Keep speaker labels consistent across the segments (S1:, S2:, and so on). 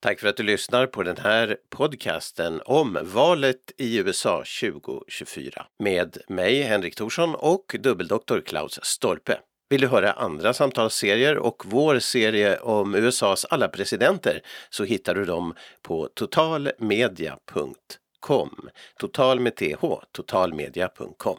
S1: Tack för att du lyssnar på den här podcasten om valet i USA 2024 med mig Henrik Thorsson och dubbeldoktor Klaus Stolpe. Vill du höra andra samtalsserier och vår serie om USAs alla presidenter så hittar du dem på totalmedia.com. Total med TH, totalmedia.com.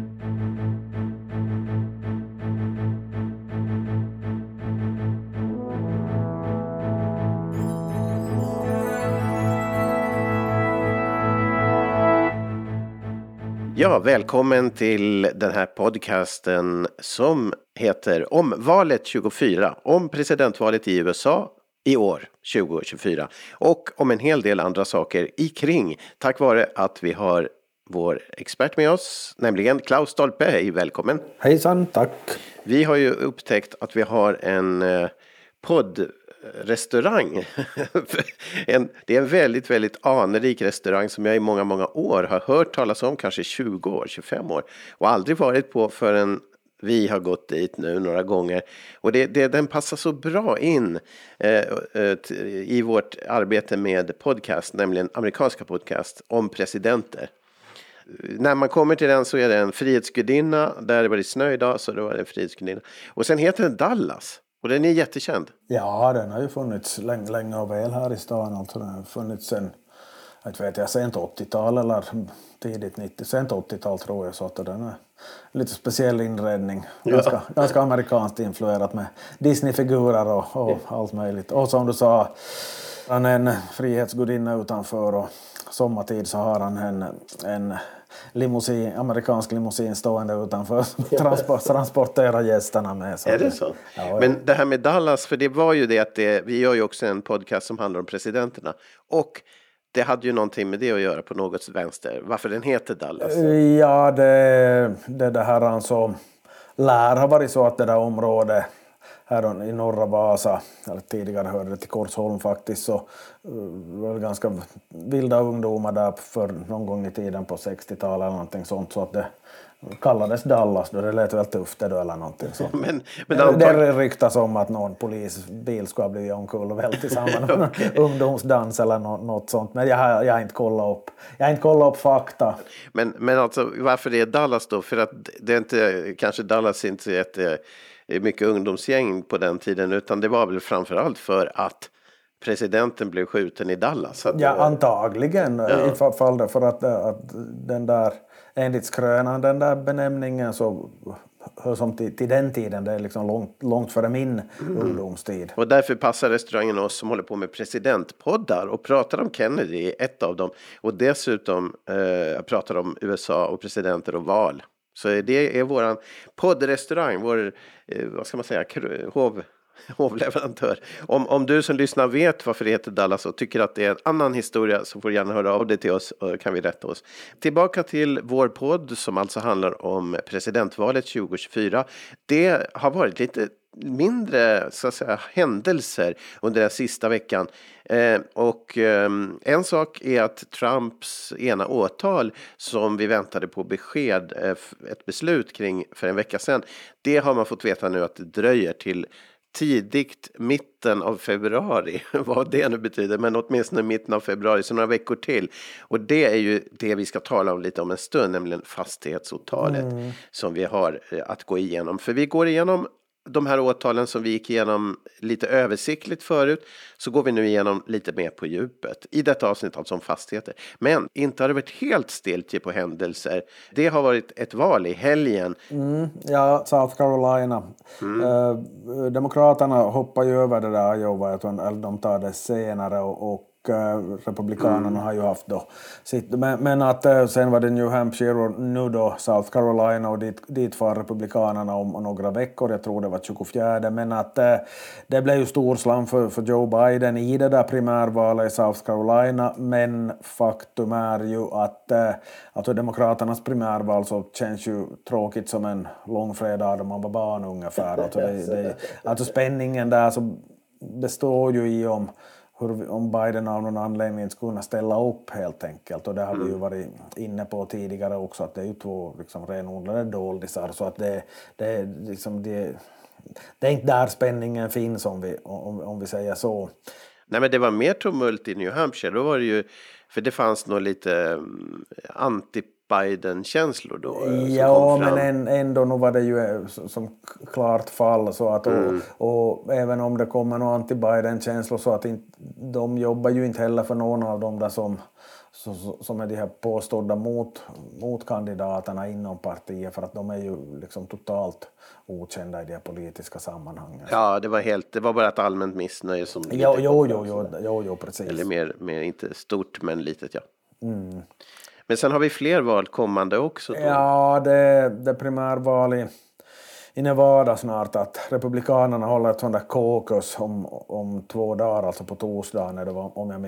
S1: Ja, välkommen till den här podcasten som heter Om valet 24, om presidentvalet i USA i år 2024 och om en hel del andra saker i kring tack vare att vi har vår expert med oss, nämligen Klaus Stolpe. Hej, välkommen.
S2: Hejsan, tack.
S1: Vi har ju upptäckt att vi har en poddrestaurang. Det är en väldigt, väldigt anrik restaurang som jag i många, många år har hört talas om, kanske 20 år, 25 år och aldrig varit på förrän vi har gått dit nu några gånger. Och den passar så bra in i vårt arbete med podcast, nämligen amerikanska podcast om presidenter. När man kommer till den så är det en frihetsgudinna, där det var snö idag så det var en frihetsgudinna. Och sen heter den Dallas. Och den är jättekänd.
S2: Ja, den har ju funnits länge och väl här i stan. Alltså den har funnits sen, sent 80-tal eller tidigt 90, sent 80-tal tror jag. Så att den är lite speciell inredning. Ganska amerikanskt influerat med Disney-figurer och allt möjligt. Och som du sa, han är en frihetsgudinna utanför och sommartid så har han en amerikansk limousin stående utanför transportera gästerna med.
S1: Så är det så? Ja. Men det här med Dallas, för det var ju det att vi gör ju också en podcast som handlar om presidenterna och det hade ju någonting med det att göra på något vänster. Varför den heter Dallas?
S2: Ja, det här alltså lär ha varit så att det där området här i norra Vasa, eller tidigare hörde det till Korsholm faktiskt, så var det ganska vilda ungdomar där för någon gång i tiden på 60-talet eller någonting sånt, så att det kallades Dallas då, det lät väl tufft då eller någonting sånt. Det ryktas om att någon polisbil ska ha blivit omkullvält i samband med okay. Ungdomsdans eller något sånt, men jag har inte kollat upp fakta.
S1: Men alltså varför det är Dallas då? För att det är inte, kanske Dallas inte är mycket ungdomsgäng på den tiden, utan det var väl framförallt för att presidenten blev skjuten i Dallas.
S2: Ja, antagligen. Ja. I fall för att den där, enligt skrönan, den där benämningen så hör som till den tiden, det är liksom långt före min ungdomstid.
S1: Och därför passar restaurangen oss som håller på med presidentpoddar och pratar om Kennedy, ett av dem. Och dessutom pratar om USA och presidenter och val. Så det är våran poddrestaurang, vår, vad ska man säga, hovleverantör. Om du som lyssnar vet varför det heter Dallas och tycker att det är en annan historia så får du gärna höra av dig till oss och kan vi rätta oss. Tillbaka till vår podd som alltså handlar om presidentvalet 2024. Det har varit lite mindre så att säga händelser under den sista veckan. En sak är att Trumps ena åtal som vi väntade på besked, ett beslut kring för en vecka sedan, det har man fått veta nu att det dröjer till tidigt mitten av februari, vad det nu betyder, men åtminstone mitten av februari, så några veckor till. Och det är ju det vi ska tala om lite om en stund, nämligen fastighetsåtalet som vi har att gå igenom. För vi går igenom de här åtalen som vi gick igenom lite översiktligt förut, så går vi nu igenom lite mer på djupet i detta avsnitt alltså om fastigheter. Men inte har det varit helt stiltje på händelser. Det har varit ett val i helgen.
S2: Ja, South Carolina. Demokraterna hoppar ju över det där Iowa, eller de tar det senare och republikanerna har ju haft då sitt, men att sen var det New Hampshire och nu då South Carolina och dit far republikanerna om några veckor, jag tror det var 24, men att det blev ju stor slam för Joe Biden i det där primärvalet i South Carolina, men faktum är ju att demokraternas primärval så känns ju tråkigt som en långfredag då man var barn ungefär, alltså spänningen där så består ju i om Biden av någon anledning skulle kunna ställa upp helt enkelt, och det har vi ju varit inne på tidigare också, att det är ju två liksom renodlade doldisar, så att det är inte där spänningen finns om vi säger så.
S1: Nej, men det var mer tumult i New Hampshire. Då var det ju, för det fanns nog lite anti-Biden-känslor då.
S2: Ja, men ändå nu var det ju som klart fall så att och även om det kommer några anti-Biden-känslor så att de jobbar ju inte heller för någon av dem där som är de här påstådda motkandidaterna inom partiet, för att de är ju liksom totalt okända i de här politiska sammanhangen.
S1: Ja, det var bara ett allmänt missnöje som...
S2: Jo, precis.
S1: Eller mer inte stort, men litet, ja. Men sen har vi fler val kommande också då.
S2: Ja, det är primärval i Nevada snart, att republikanerna håller ett sånt där caucus om 2 dagar, alltså på torsdagen, det var, om jag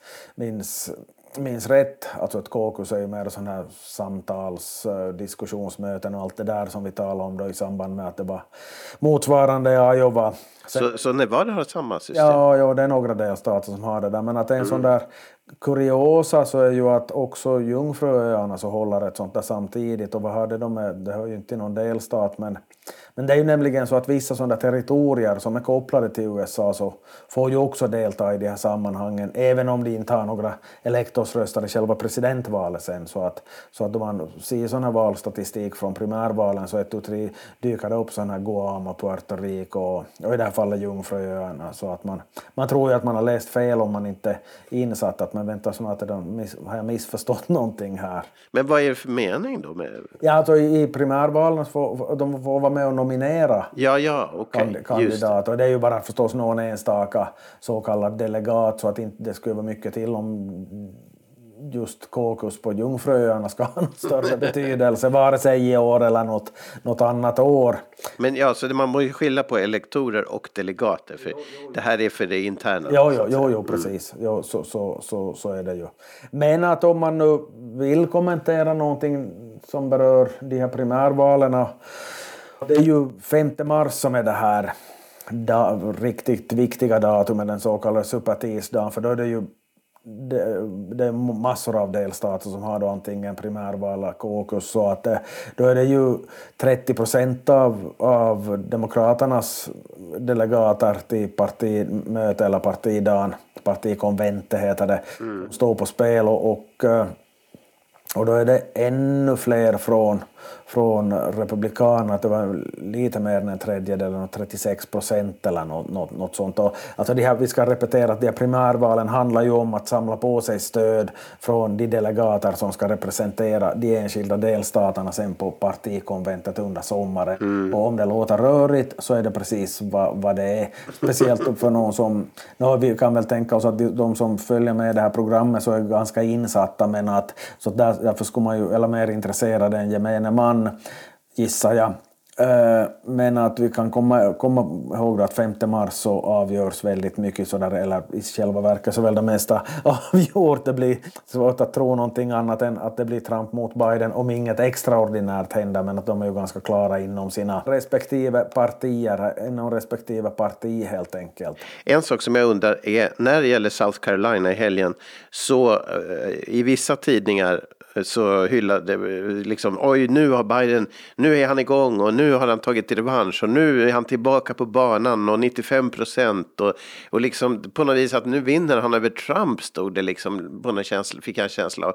S2: minns rätt. Alltså ett caucus är ju mer sån här diskussionsmöten och allt det där som vi talade om då i samband med att det var motsvarande i Iowa.
S1: Så Nevada har samma system?
S2: Ja, det är några delstater som har det där, men att en sån där kuriosa så är ju att också Jungfruöarna så håller ett sånt där samtidigt, och vad hade de med? Det hör ju inte till någon delstat, men det är ju nämligen så att vissa sådana territorier som är kopplade till USA så får ju också delta i de här sammanhangen, även om de inte har några elektorsröster i själva presidentvalet sen, så att då man ser sån här valstatistik från primärvalen så 1 och 3 dyker det upp sådana här Guam och Puerto Rico och i det här fallet Jungfruöarna, så att man tror ju att man har läst fel om man inte insatt att man väntar snart att har jag missförstått någonting här.
S1: Men vad är det för mening då med?
S2: Ja, alltså i primärvalen de får vara med och nominera kandidater. Och det är ju bara förstås någon enstaka så kallad delegat, så att inte det skulle vara mycket till om just caucus på Jungfruöarna ska ha någon större betydelse, vare sig i år eller något annat år.
S1: Men ja, så man måste ju skilja på elektorer och delegater, för det här är för det interna.
S2: Jo, precis. Jo, så är det ju. Men att om man nu vill kommentera någonting som berör de här primärvalerna, det är ju 5 mars som är det här riktigt viktiga datumet, den så kallade supertisdagen, för då är det ju det är massor av delstater som har då antingen primärval eller caucus, så att då är det ju 30% av demokraternas delegater till partimöte eller partidagen, partikonventet heter det, står på spel, och då är det ännu fler från republikanerna, att det var lite mer än en tredjedel, 36% eller något sånt. Och alltså vi ska repetera att de här primärvalen handlar ju om att samla på sig stöd från de delegater som ska representera de enskilda delstaterna sen på partikonventet under sommaren. Och om det låter rörigt så är det precis vad det är. Speciellt för någon som, vi kan väl tänka oss att de som följer med det här programmet så är ganska insatta, men att så därför skulle man ju, eller mer intresserad än gemene man, gissar jag. Men att vi kan komma ihåg att 5 mars så avgörs väldigt mycket sådär, eller i själva verket så väl det mesta avgjort. Det blir svårt att tro någonting annat än att det blir Trump mot Biden om inget extraordinärt händer, men att de är ju ganska klara inom sina respektive partier, inom respektive parti helt enkelt.
S1: En sak som jag undrar är, när det gäller South Carolina i helgen, så i vissa tidningar så hyllade liksom, oj, nu har Biden, nu är han igång och nu har han tagit till revansch och nu är han tillbaka på banan och 95% och liksom på något vis att nu vinner han över Trump, stod det liksom på någon känsla, fick jag en känsla av.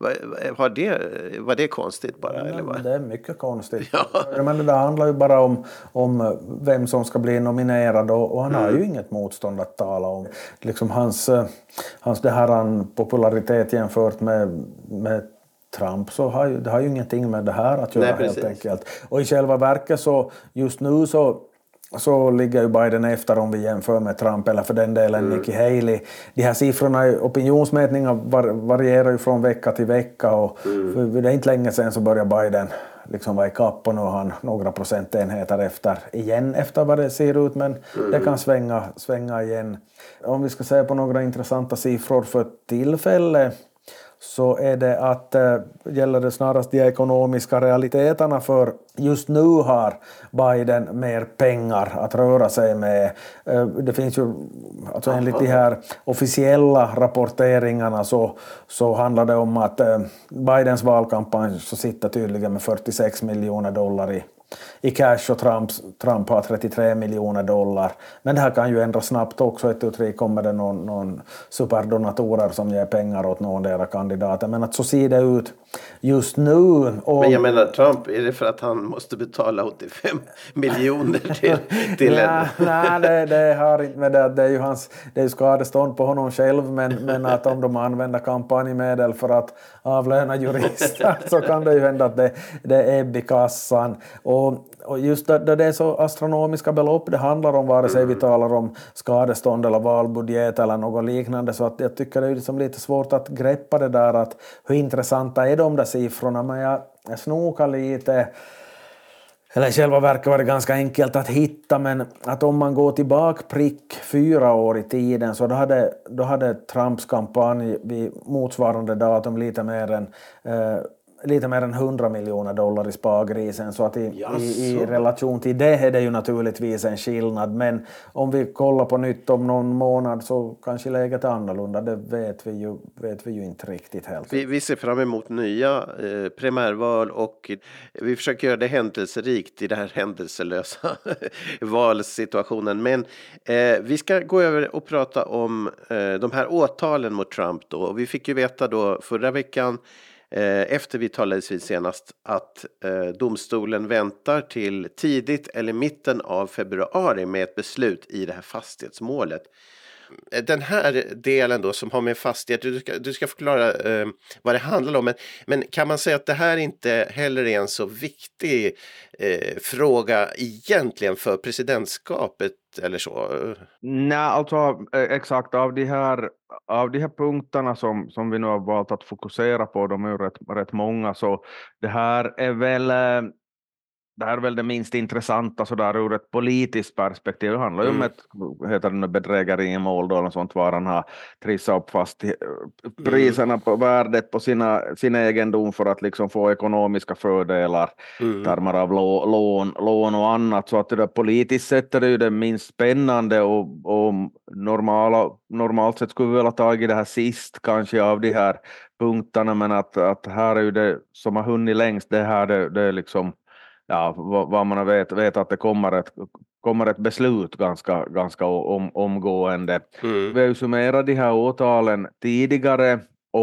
S1: Var det konstigt bara? Eller vad?
S2: Det är mycket konstigt. Ja. Men det handlar ju bara om vem som ska bli nominerad, och han har ju inget motstånd att tala om. Liksom hans det här popularitet jämfört med Trump, så det har ju ingenting med det här att göra. Nej, helt enkelt. Och i själva verket så just nu så ligger ju Biden efter om vi jämför med Trump, eller för den delen Nikki Haley. De här siffrorna, opinionsmätningar varierar ju från vecka till vecka, och det är inte länge sedan så börjar Biden liksom vara i kapp, och nu har han några procentenheter efter vad det ser ut, men det kan svänga igen. Om vi ska se på några intressanta siffror för tillfället, så är det att gäller det snarast de ekonomiska realiteterna, för just nu har Biden mer pengar att röra sig med. Det finns ju, alltså enligt de här officiella rapporteringarna så handlar det om att Bidens valkampanj så sitter tydligen med $46 miljoner i cash och Trump har 33 miljoner dollar. Men det här kan ju ändras snabbt också. Ett uttryck kommer det någon superdonatorer som ger pengar åt någon deras kandidater. Men att så ser det ut just nu.
S1: Men jag menar, Trump, är det för att han måste betala 85 miljoner till en...
S2: Nej, det har inte med det. Det är ju skadestånd på honom själv, men att om de använder kampanjmedel för att avlöna jurister så kan det ju hända att det är ebb i kassan. Och just då det är så astronomiska belopp det handlar om, vare sig vi talar om skadestånd eller valbudget eller något liknande, så att jag tycker det är liksom lite svårt att greppa det där, att hur intressanta är de där siffrorna. Men jag snokar lite, eller i själva verket var det ganska enkelt att hitta, men att om man går tillbaka prick 4 år i tiden, så då hade Trumps kampanj vid motsvarande datum lite mer än 100 miljoner dollar i spargrisen, så att i relation till det är det ju naturligtvis en skillnad. Men om vi kollar på nytt om någon månad så kanske läget är annorlunda, det vet vi ju inte riktigt helt.
S1: Vi ser fram emot nya primärval och vi försöker göra det händelserikt i det här händelselösa valsituationen. Men vi ska gå över och prata om de här åtalen mot Trump då. Vi fick ju veta då förra veckan, efter vi talades vid senast, att domstolen väntar till tidigt eller mitten av februari med ett beslut i det här fastighetsmålet. Den här delen då som har med fastighet, du ska förklara vad det handlar om, men kan man säga att det här inte heller är en så viktig fråga egentligen för presidentskapet eller så?
S3: Nej, alltså exakt av de här punkterna som vi nu har valt att fokusera på, de är ju rätt många, så det här är väl det minst intressanta så där ur ett politiskt perspektiv. Det handlar ju om ett bedrägeri i mål då, och sånt, var han har trissat upp fast priserna på värdet på sin egendom för att liksom få ekonomiska fördelar, termer av lån och annat. Så att det där politiskt sett är det ju det minst spännande, och normalt sett skulle vi väl ha tagit det här sist kanske av de här punkterna, men att här är ju det som har hunnit längst, det här det är liksom, ja, vad man vet att det kommer ett beslut ganska omgående. Vi har ju summerat de här åtalen tidigare,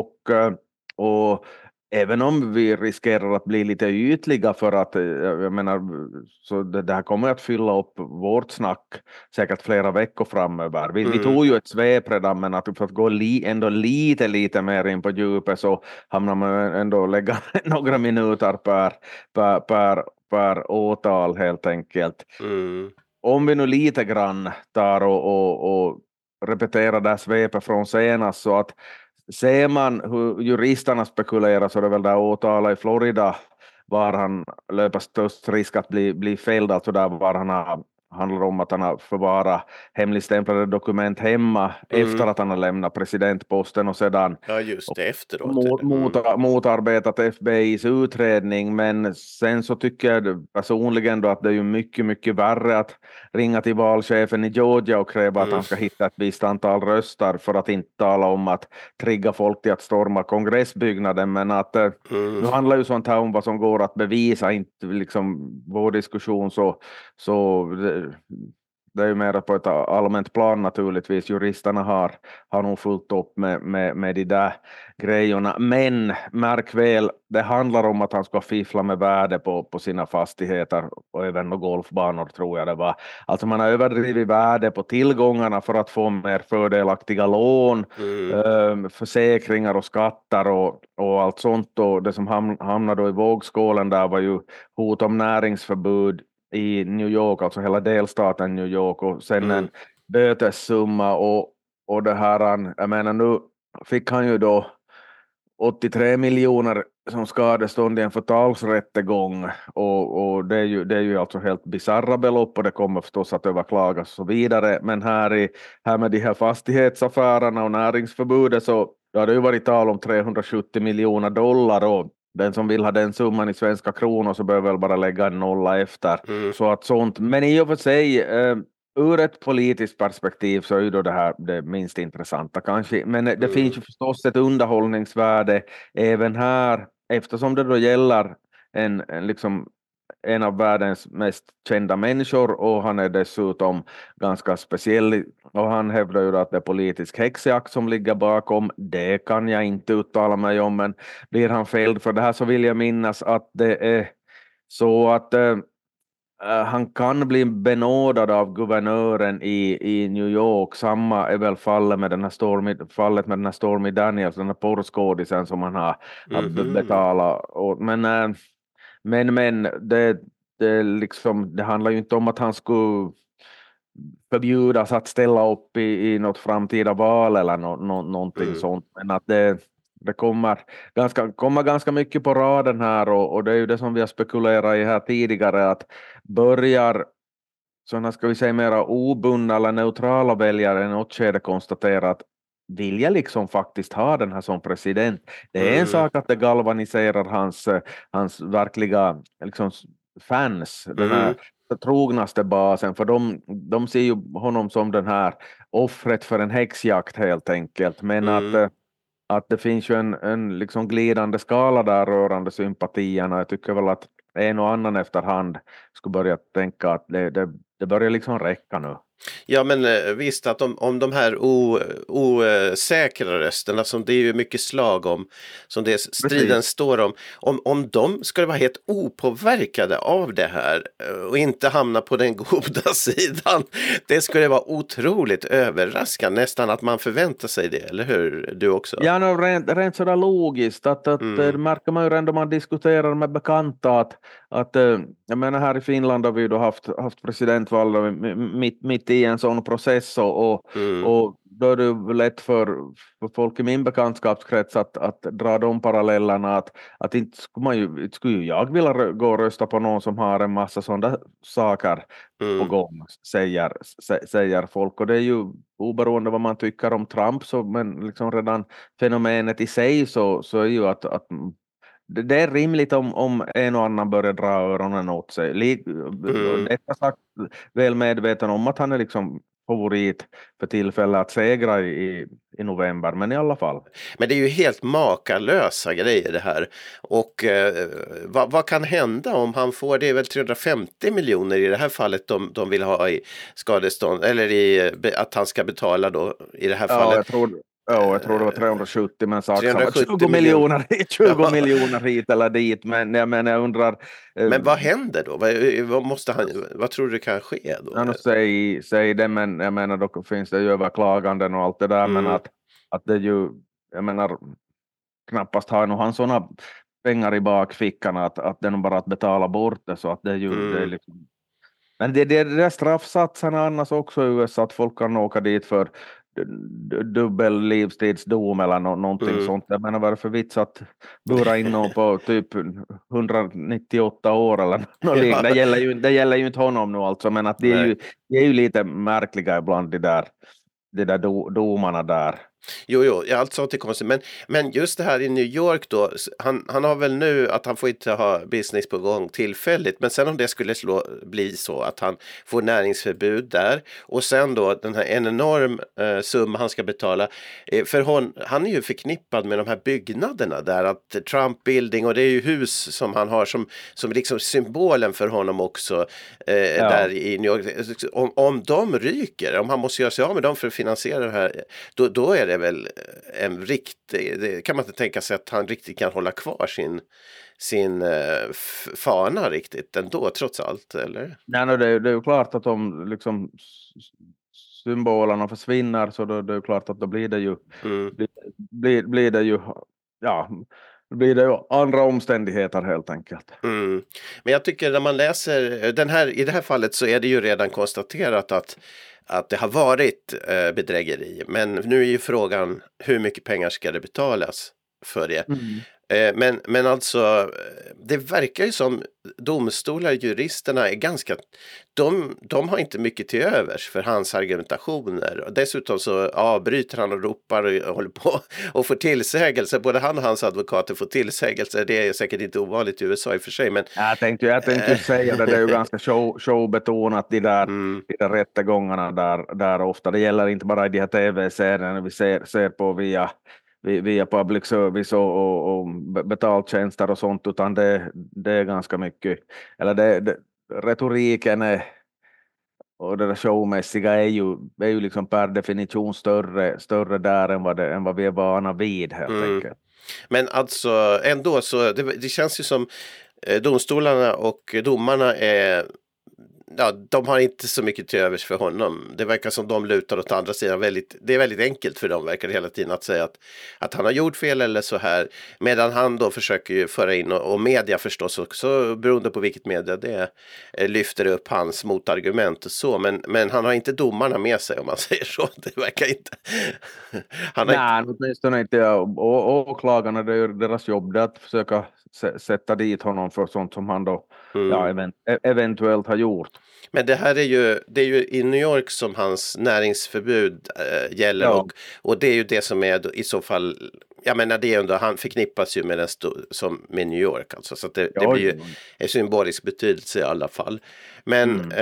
S3: och även om vi riskerar att bli lite ytliga, för att jag menar, så det här kommer att fylla upp vårt snack säkert flera veckor framöver. Vi tog ju ett svep redan, men att för att gå ändå lite mer in på djupet, så hamnar man ändå lägga några minuter per åtal helt enkelt. Om vi nu lite grann tar och repeterar det här svepet från senast, så att ser man hur juristerna spekulerar, så är det väl där åtalet i Florida var han löper störst risk att bli fälld, alltså där var han handlar om att han har förvarat hemligstämplade dokument hemma efter att han har lämnat presidentposten, och sedan
S1: just det, efteråt
S3: motarbetat FBI:s utredning. Men sen så tycker jag personligen då att det är ju mycket, mycket värre att ringa till valchefen i Georgia och kräva att han ska hitta ett visst antal röster, för att inte tala om att trigga folk till att storma kongressbyggnaden. Men att nu handlar ju sånt här om vad som går att bevisa, inte liksom vår diskussion, så det är ju mer på ett allmänt plan naturligtvis. Juristerna har nog fullt upp med de där grejerna. Men märk väl, det handlar om att han ska fiffla med värde på sina fastigheter och även golfbanor, tror jag det var. Alltså man har överdrivit värde på tillgångarna för att få mer fördelaktiga lån, försäkringar och skatter och allt sånt. Och det som hamnade då i vågskålen där var ju hot om näringsförbud i New York, alltså hela delstaten New York, och sen en bötessumma, och det här, jag menar, nu fick han ju då 83 miljoner som skadestånd i en förtalsrättegång, och det är ju alltså helt bizarra belopp, och det kommer förstås att överklagas och så vidare. Men här med de här fastighetsaffärerna och näringsförbudet, så det har det ju varit tal om 370 miljoner dollar, och den som vill ha den summan i svenska kronor så behöver väl bara lägga en nolla efter. Så att sånt, men i och för sig ur ett politiskt perspektiv så är ju då det här det minst intressanta kanske, men det finns ju förstås ett underhållningsvärde även här, eftersom det då gäller en liksom en av världens mest kända människor och han är dessutom ganska speciell och han hävdar ju att det är politisk häxjakt som ligger bakom. Det kan jag inte uttala mig om, men blir han fälld för det här så vill jag minnas att det är så att han kan bli benådad av guvernören i New York. Samma är väl fallet med den här Stormy Daniels, den här porrskådisen som han har betalat åt. Men det handlar ju inte om att han skulle förbjudas att ställa upp i något framtida val eller någonting sånt. Men att det kommer ganska mycket på raden här och det är ju det som vi har spekulerat i här tidigare, att börjar sådana, ska vi säga, mera obundna eller neutrala väljare i något skede konstatera att vill jag liksom faktiskt ha den här som president. Det är en sak att det galvaniserar hans verkliga liksom fans, den här trognaste basen, för de ser ju honom som den här offret för en häxjakt helt enkelt, men att det finns ju en liksom glidande skala där rörande sympatierna. Jag tycker väl att en och annan efterhand skulle börja tänka att det börjar liksom räcka nu.
S1: Ja, men visst att om de här osäkra rösterna, som det är ju mycket slag om, som det striden står om de skulle vara helt opåverkade av det här och inte hamna på den goda sidan, det skulle vara otroligt överraskande, nästan att man förväntar sig det, eller hur? Du också?
S3: Ja, rent sådär logiskt att det märker man ju ändå man diskuterar med bekanta att jag menar här i Finland har vi då haft presidentval mitt i en sån process och då är det lätt för folk i min bekantskapskrets att dra de parallellerna att inte skulle ju jag vilja gå och rösta på någon som har en massa sådana saker på gång, säger folk, och det är ju oberoende vad man tycker om Trump, så men liksom redan fenomenet i sig så är ju att det är rimligt om en och annan börjar dra öronen åt sig. Detta sagt väl medveten om att han är liksom favorit för tillfället att segra i november, men i alla fall.
S1: Men det är ju helt makalösa grejer det här. Och vad kan hända om han får, det är väl 350 miljoner i det här fallet de vill ha i skadestånd, eller att han ska betala då i det här fallet.
S3: Jag tror det var 370, men
S1: 20
S3: miljoner hit eller dit, men jag undrar.
S1: Men vad händer då? Vad tror du kan ske då?
S3: Säg det, men jag menar då finns det ju överklaganden och allt det där, men att det ju, jag menar, knappast har nog han sådana pengar i bakfickan att det är nog bara att betala bort det, så att det är ju det är liksom. Men det är straffsatserna annars också i USA, att folk kan åka dit för dubbel livstidsdom eller någonting sånt. Jag menar, vad är det för vits att bura in någon på typ 198 år eller något liknande. Det gäller ju inte honom nu alltså, men att det är ju lite märkliga ibland de där domarna där.
S1: Jo, allt sånt är konstigt. Men just det här i New York då, han har väl nu att han får inte ha business på gång tillfälligt, men sen om det skulle bli så att han får näringsförbud där, och sen då den här en enorm summa han ska betala, för han är ju förknippad med de här byggnaderna där, att Trump Building, och det är ju hus som han har som liksom symbolen för honom också där i New York. Om de ryker, om han måste göra sig av med dem för att finansiera det här, då är det väl en riktig, kan man inte tänka sig att han riktigt kan hålla kvar sin fana riktigt ändå, trots allt, eller?
S3: Nej, det är ju klart att om liksom symbolerna försvinner, så då det är ju klart att då blir det ju blir det ju andra omständigheter helt enkelt.
S1: Men jag tycker när man läser i det här fallet, så är det ju redan konstaterat att det har varit bedrägeri. Men nu är ju frågan, hur mycket pengar ska det betalas för det? Men alltså, det verkar ju som domstolar, juristerna är ganska, de har inte mycket till övers för hans argumentationer. Och dessutom så avbryter han och ropar och håller på och får tillsägelse. Både han och hans advokater får tillsägelse. Det är säkert inte ovanligt i USA i och för sig. Men
S3: jag tänkte säga det är ju ganska showbetonat de där rättegångarna där ofta. Det gäller inte bara i de här tv-serierna vi ser på via via public service och betaltjänster och sånt, utan det är ganska mycket, eller retoriken är, och det där showmässiga är ju liksom per definition större där än vad vi är vana vid helt enkelt.
S1: Men alltså ändå så det känns ju som domstolarna och domarna är, ja, de har inte så mycket till övers för honom. Det verkar som de lutar åt andra sidan. Det är väldigt enkelt för dem, verkar det hela tiden, att säga att han har gjort fel eller så här. Medan han då försöker ju föra in, och media förstås också, beroende på vilket media det är, lyfter upp hans motargument och så. Men han har inte domarna med sig, om man säger så. Det verkar inte.
S3: Nej, åtminstone inte. Och åklagarna, det är ju deras jobb, det är att försöka sätta dit honom för sånt som han då eventuellt har gjort. Men
S1: det här är ju i New York som hans näringsförbud gäller, ja. Och det är ju det som är i så fall, jag menar, det är ändå, han förknippas ju med med New York, alltså, så att det blir ju en symbolisk betydelse i alla fall. Men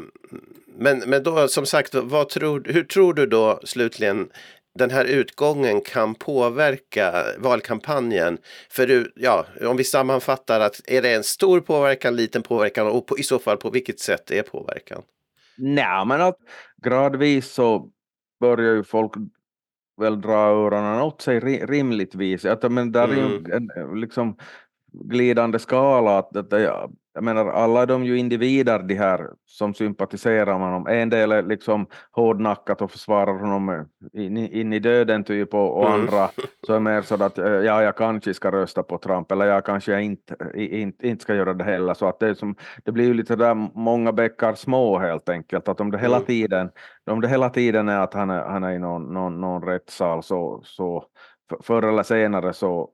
S1: då, som sagt, hur tror du då slutligen den här utgången kan påverka valkampanjen? För om vi sammanfattar, att är det en stor påverkan, liten påverkan, och i så fall på vilket sätt är påverkan?
S3: Nej, men att gradvis så börjar ju folk väl dra öronen åt sig rimligtvis. Men där är ju en liksom glidande skala, att jag menar, alla är de ju individer, de här som sympatiserar med honom. En del är liksom hårdnackat och försvarar honom in i döden typ, och andra så är mer så att jag kanske ska rösta på Trump, eller jag kanske inte ska göra det heller. Så att det blir ju lite där många bäckar små helt enkelt. Att om det hela tiden är att han är i någon rättssal, så förr eller senare så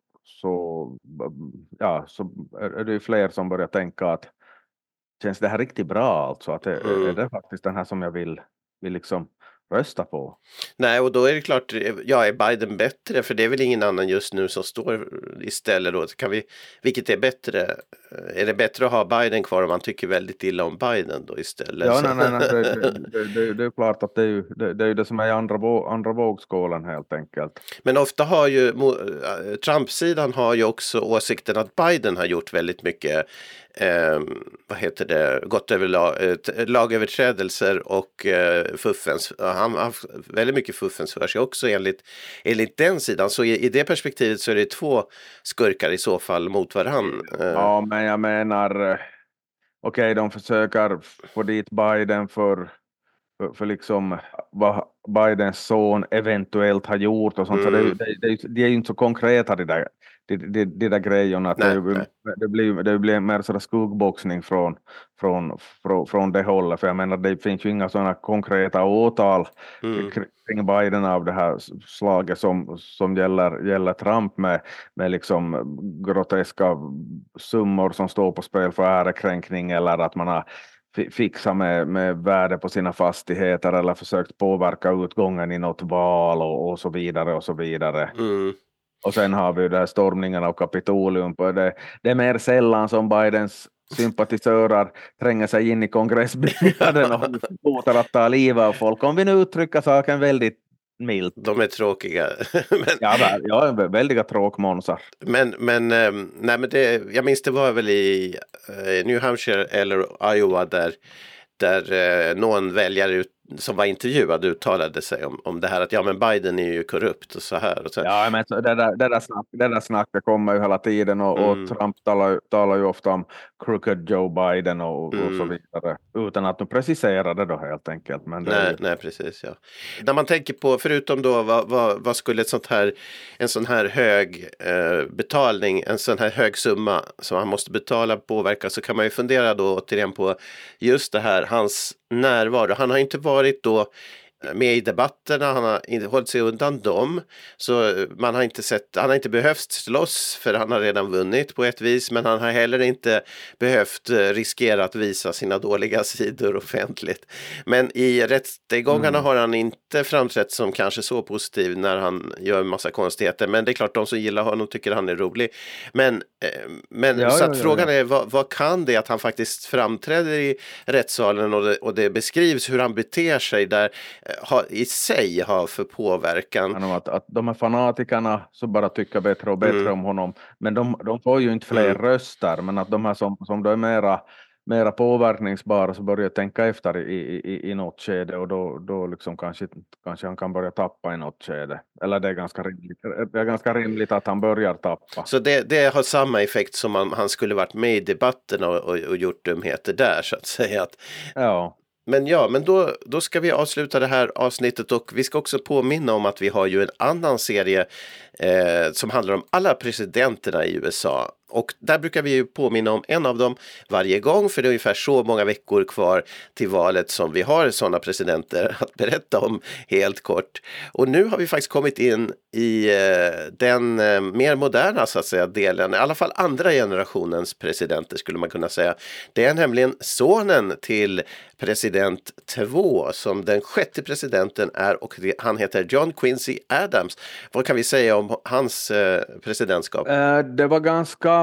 S3: är det ju fler som börjar tänka att känns det här riktigt bra, alltså att är det faktiskt den här som jag vill liksom rösta på.
S1: Nej, och då är det klart, är Biden bättre? För det är väl ingen annan just nu som står istället då. Vilket är bättre? Är det bättre att ha Biden kvar om man tycker väldigt illa om Biden då istället?
S3: Ja, nej. Det är klart att det är ju det som är i andra vågskålen helt enkelt.
S1: Men ofta har ju Trump-sidan har ju också åsikten att Biden har gjort väldigt mycket gått över lagöverträdelser och fuffens. Han har haft väldigt mycket fuffens för sig också enligt den sidan. Så i det perspektivet så är det två skurkar i så fall mot varann.
S3: Ja, men jag menar okej, de försöker få dit Biden för liksom vad Bidens son eventuellt har gjort och sånt. Så det är ju inte så konkreta de där grejerna. Att det blir mer sådär skuggboxning från det hållet. För jag menar, det finns ju inga sådana konkreta åtal kring Biden av det här slaget som gäller Trump med liksom groteska summor som står på spel för ärekränkning, eller att man har fixa med värde på sina fastigheter eller försökt påverka utgången i något val och så vidare och så vidare. Och sen har vi det här stormningen av Kapitolium. Det är mer sällan som Bidens sympatisörer tränger sig in i kongressbyggnaden och hotar att ta livet av folk. Om vi nu uttrycker saken väldigt milt.
S1: De är tråkiga.
S3: Ja, väldiga tråkmånsar.
S1: Men jag minns det var väl i New Hampshire eller Iowa där någon väljare som var intervjuad uttalade sig om det här, att men Biden är ju korrupt och så här. Och så.
S3: Ja, men det där snacket kommer ju hela tiden och Trump talar ju ofta om crooked Joe Biden och så vidare, utan att de preciserar det då helt enkelt. Men
S1: nej, precis, ja. När man tänker på, förutom då vad skulle en sån här hög betalning, en sån här hög summa som han måste betala påverka, så kan man ju fundera då återigen på just det här, hans närvaro. Han har inte varit då med i debatterna, han har hållit sig undan dem, så han har inte behövt slåss, för han har redan vunnit på ett vis, men han har heller inte behövt riskera att visa sina dåliga sidor offentligt. Men i rättegångarna har han inte framträtt som kanske så positiv när han gör en massa konstigheter, men det är klart, de som gillar honom tycker han är rolig. Men frågan är, vad kan det att han faktiskt framträder i rättssalen och det beskrivs hur han beter sig där. i sig har för påverkan.
S3: Att de här fanatikerna så bara tycker bättre och bättre om honom, men de får ju inte fler röster, men att de här som då är mera påverkningsbara så börjar tänka efter i något skede, och då liksom kanske han kan börja tappa i något skede. Eller det är ganska rimligt att han börjar tappa.
S1: Så det har samma effekt som om han skulle varit med i debatten och gjort dumheter där, så att säga.
S3: Ja.
S1: Men då ska vi avsluta det här avsnittet, och vi ska också påminna om att vi har ju en annan serie som handlar om alla presidenterna i USA. Och där brukar vi ju påminna om en av dem varje gång, för det är ungefär så många veckor kvar till valet som vi har sådana presidenter att berätta om helt kort. Och nu har vi faktiskt kommit in i den mer moderna, så att säga, delen, i alla fall andra generationens presidenter skulle man kunna säga. Det är nämligen sonen till president 2 som den 6:e presidenten är, och han heter John Quincy Adams. Vad kan vi säga om hans presidentskap?
S3: Det var ganska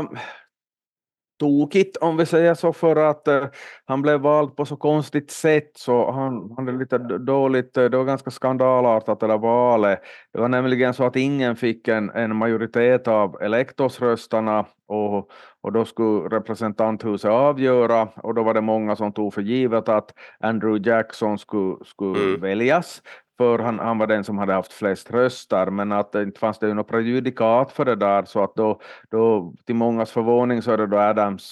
S3: tokigt, om vi säger så, för att han blev vald på så konstigt sätt, så han hade lite dåligt, det var ganska skandalartat det där valet. Det var nämligen så att ingen fick en majoritet av elektorsröstarna, och då skulle representanthuset avgöra, och då var det många som tog för givet att Andrew Jackson skulle väljas, för han var den som hade haft flest röster, men att det inte fanns det ju något prejudikat för det där, så att då till mångas förvåning så är det då Adams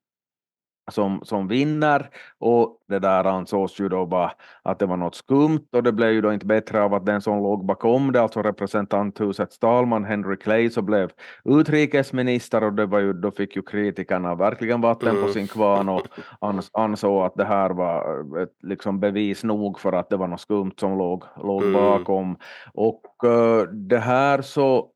S3: som vinner, och det där ansågs ju då bara att det var något skumt, och det blev ju då inte bättre av att den som låg bakom det, alltså representanthusets talman Henry Clay, så blev utrikesminister, och det var ju, då fick ju kritikerna verkligen vatten på sin kvarn och ansåg att det här var ett liksom bevis nog för att det var något skumt som låg bakom, och det här så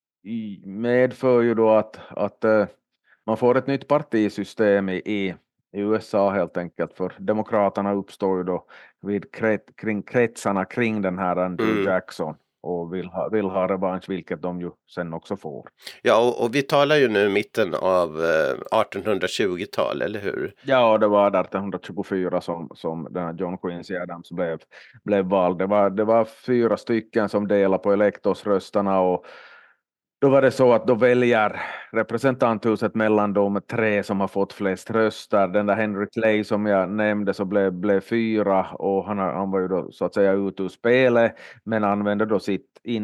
S3: medför ju då att man får ett nytt partisystem i USA helt enkelt, för demokraterna uppstår ju då kring kretsarna kring den här Andrew Jackson och vill ha revansch, vilket de ju sen också får.
S1: Ja, och vi talar ju nu mitten av 1820-tal, eller hur?
S3: Ja, det var 1824 som den här John Quincy Adams blev vald. Det var 4 stycken som delade på elektorsröstarna, och då var det så att då väljer representanthuset mellan de 3 som har fått flest röster. Den där Henry Clay som jag nämnde så blev 4, och han var ju då så att säga ute ur spelet, men använde då sitt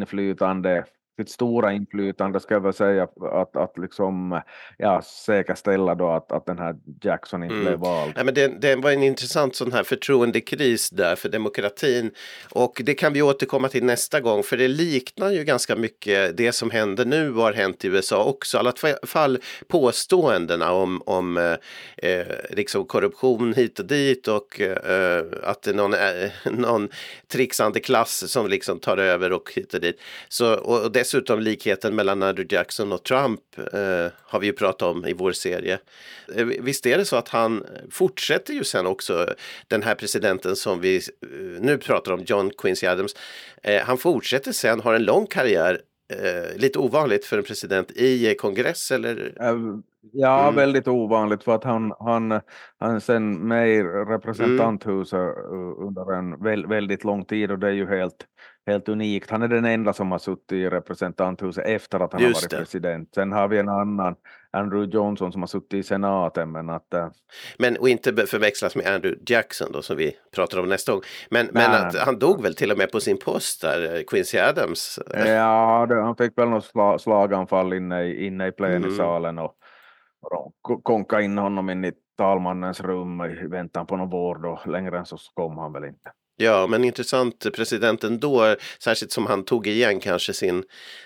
S3: stora inflytande, ska jag väl säga, att liksom, ja, säkerställa då att den här Jackson inte blev vald.
S1: Ja, men det var en intressant sån här förtroendekris där för demokratin, och det kan vi återkomma till nästa gång, för det liknar ju ganska mycket det som händer nu har hänt i USA också, i alla fall påståendena om liksom korruption hit och dit, och att det är någon trixande klass som liksom tar över och hit och dit. Så, och dessutom likheten mellan Andrew Jackson och Trump har vi ju pratat om i vår serie. Visst är det så att han fortsätter ju sen också, den här presidenten som vi nu pratar om, John Quincy Adams, han fortsätter sen, har en lång karriär, lite ovanligt för en president i kongress, eller?
S3: Ja, väldigt ovanligt, för att han sen med i representanthuset under en väldigt lång tid, och det är ju helt unikt. Han är den enda som har suttit i representanthuset efter att han har varit president. Sen har vi en annan, Andrew Johnson, som har suttit i senaten, men
S1: och inte förväxlas med Andrew Jackson då, som vi pratar om nästa gång. Men han dog väl till och med på sin post där, Quincy Adams?
S3: Ja, han fick väl något slaganfall inne i plenisalen, och konka in honom in i talmannens rum i väntan på någon vård, och längre än så kom han väl inte.
S1: Ja, men intressant presidenten då, särskilt som han tog igen kanske sin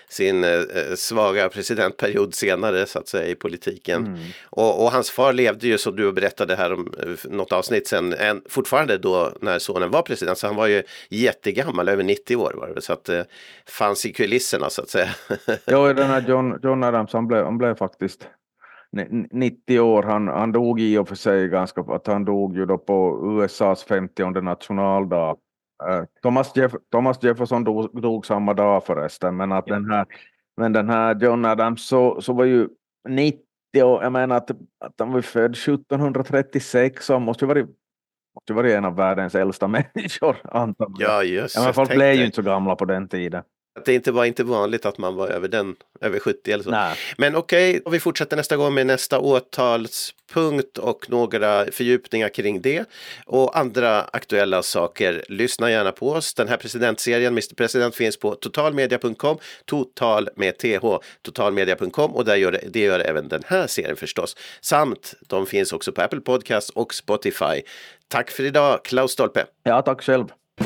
S1: svaga presidentperiod senare, så att säga, i politiken. Och hans far levde ju, som du berättade här om något avsnitt sen, fortfarande då när sonen var president, så han var ju jättegammal, över 90 år var det, så att det fanns i kulisserna, så att säga.
S3: Ja, den här John Adams, han blev faktiskt 90 år. Han dog i och för sig han dog ju då på USAs 50:e nationaldag. Thomas Jefferson dog samma dag förresten, men att den här John Adams så var ju 90, och jag menar att han var född 1736, så han måste ju varit måste vara en av världens äldsta människor, antagligen.
S1: Ja, just
S3: men folk blev ju inte så gamla på den tiden.
S1: Det var inte vanligt att man var över 70 eller så.
S3: Nej.
S1: Men okej, vi fortsätter nästa gång med nästa åtalspunkt och några fördjupningar kring det. Och andra aktuella saker. Lyssna gärna på oss. Den här presidentserien, Mr. President, finns på totalmedia.com, total med th, totalmedia.com, och det gör även den här serien förstås. Samt de finns också på Apple Podcast och Spotify. Tack för idag, Klaus Stolpe.
S3: Ja, tack själv.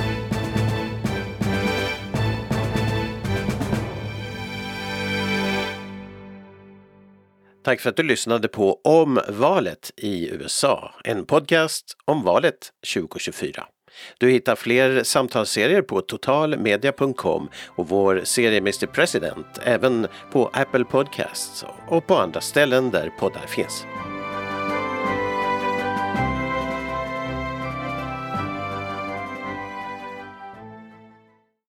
S1: Tack för att du lyssnade på Om valet i USA, en podcast om valet 2024. Du hittar fler samtalsserier på totalmedia.com och vår serie Mr. President även på Apple Podcasts och på andra ställen där poddar finns.